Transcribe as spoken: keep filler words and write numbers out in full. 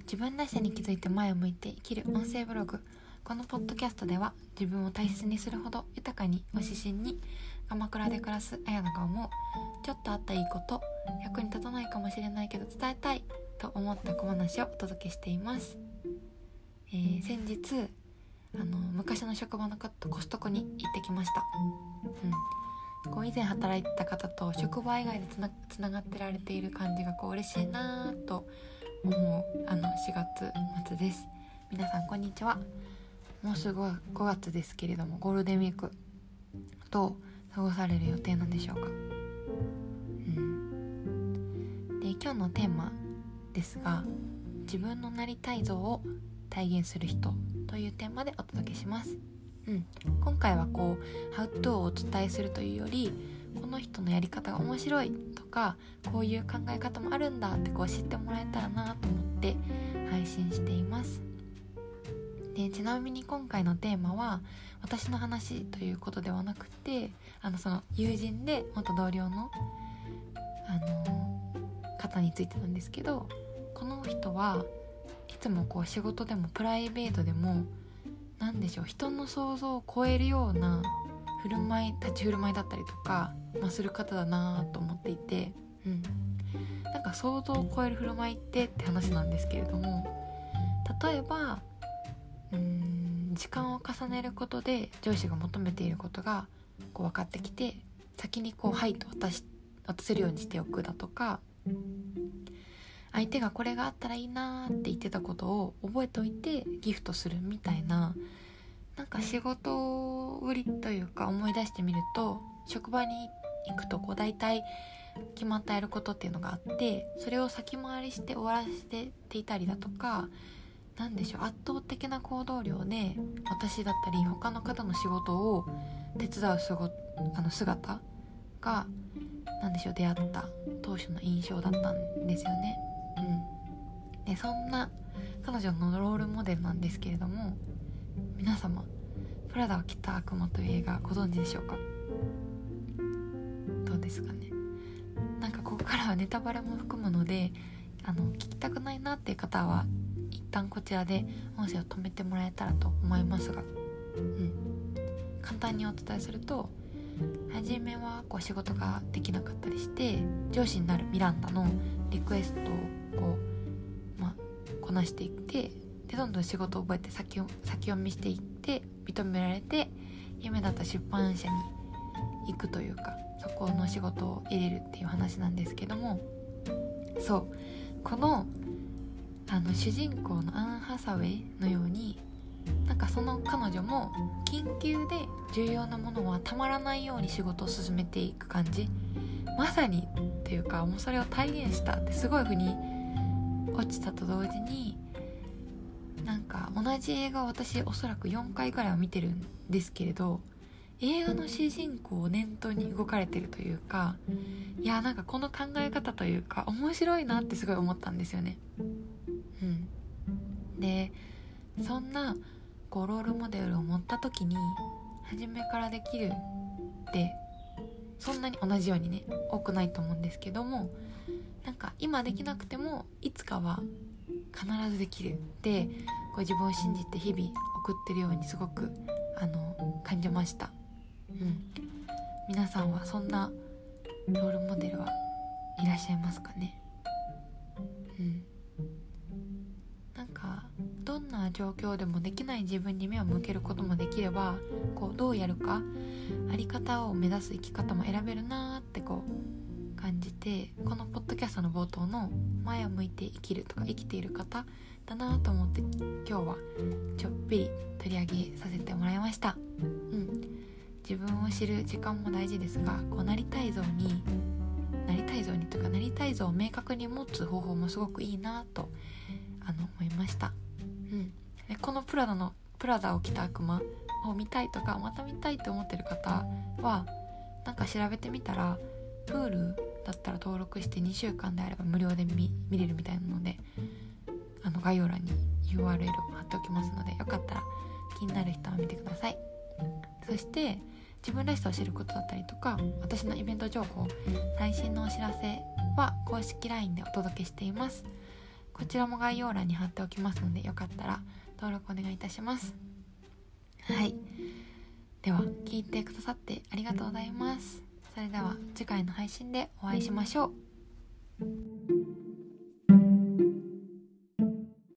自分らしさに気づいて前を向いて生きる音声ブログ。このポッドキャストでは自分を大切にするほど豊かにを指針に鎌倉で暮らす綾乃が思うちょっとあったいいこと、役に立たないかもしれないけど伝えたいと思った小話をお届けしています。えー、先日あの昔の職場の方とコストコに行ってきました。うん、こう以前働いてた方と職場以外でつ な, つながってられている感じがこう嬉しいなと思うあのしがつ末です。皆さんこんにちは。もうすぐごがつですけれども、ゴールデンウィークどう過ごされる予定なんでしょうか。うん、で今日のテーマですが、自分のなりたい像を体現する人というテーマでお届けします。うん、今回はこう How to をお伝えするというより、この人のやり方が面白いとか、こういう考え方もあるんだってこう知ってもらえたらなと思って配信しています。でちなみに今回のテーマは私の話ということではなくて、あのその友人で元同僚の、あの方についてなんですけど、この人はいつもこう仕事でもプライベートでもなんでしょう、人の想像を超えるような振る舞い立ち振る舞いだったりとか、まあ、する方だなと思っていて、うん、なんか想像を超える振る舞いってって話なんですけれども、例えばうーん時間を重ねることで上司が求めていることがこう分かってきて、先にこうはいと渡し渡せるようにしておくだとか、相手がこれがあったらいいなって言ってたことを覚えておいてギフトするみたいな、なんか仕事ぶりというか思い出してみると、職場に行くとこう大体決まってやることっていうのがあって、それを先回りして終わらせていたりだとか、なんでしょう、圧倒的な行動量で私だったり他の方の仕事を手伝うすごあの姿がなんでしょう出会った当初の印象だったんですよね。うん、でそんな彼女のロールモデルなんですけれども、皆様プラダを着た悪魔という映画ご存知でしょうか。どうですかね。なんかここからはネタバレも含むので、あの聞きたくないなっていう方は一旦こちらで音声を止めてもらえたらと思いますが、うん、簡単にお伝えすると、初めはこう仕事ができなかったりして上司になるミランダのリクエストをこう、まあ、こなしていって、でどんどん仕事を覚えて先を先読みしていって認められて、夢だった出版社に行くというか、そこの仕事を得れるっていう話なんですけども、そうこのあの主人公のアン・ハサウェイのように、なんかその彼女も緊急で重要なものはたまらないように仕事を進めていく感じ、まさにっていうかもうそれを体現したってすごい風に落ちたと同時に、なんか同じ映画を私おそらくよんかいぐらいは見てるんですけれど、映画の主人公を念頭に動かれてるというか、いやなんかこの考え方というか面白いなってすごい思ったんですよね。うん、でそんなこうロールモデルを持った時に初めからできるってそんなに同じようにね多くないと思うんですけども、なんか今できなくてもいつかは必ずできるで、こう自分を信じて日々送ってるようにすごくあの感じました。うん、皆さんはそんなロールモデルはいらっしゃいますかね。うん、なんかどんな状況でもできない自分に目を向けることもできれば、こうどうやるかあり方を目指す生き方も選べるなってこう感じて、このポッドキャストの冒頭の前を向いて生きるとか生きている方だなと思って今日はちょっぴり取り上げさせてもらいました。うん、自分を知る時間も大事ですが、こうなりたい像になりたい像にというかなりたい像を明確に持つ方法もすごくいいなとあの思いました。うん、でこのプラダのプラダを着た悪魔を見たいとかまた見たいと思ってる方はなんか調べてみたら Hulu だったら登録してにしゅうかんであれば無料で 見, 見れるみたいなので、あの概要欄に ユーアールエル を貼っておきますので、よかったら気になる人は見てください。そして自分らしさを知ることだったりとか、私のイベント情報、最新のお知らせは公式 ライン でお届けしています。 こちらも概要欄に貼っておきますので、よかったら登録お願いいたします。はい、では聞いてくださってありがとうございます。それでは次回の配信でお会いしましょう。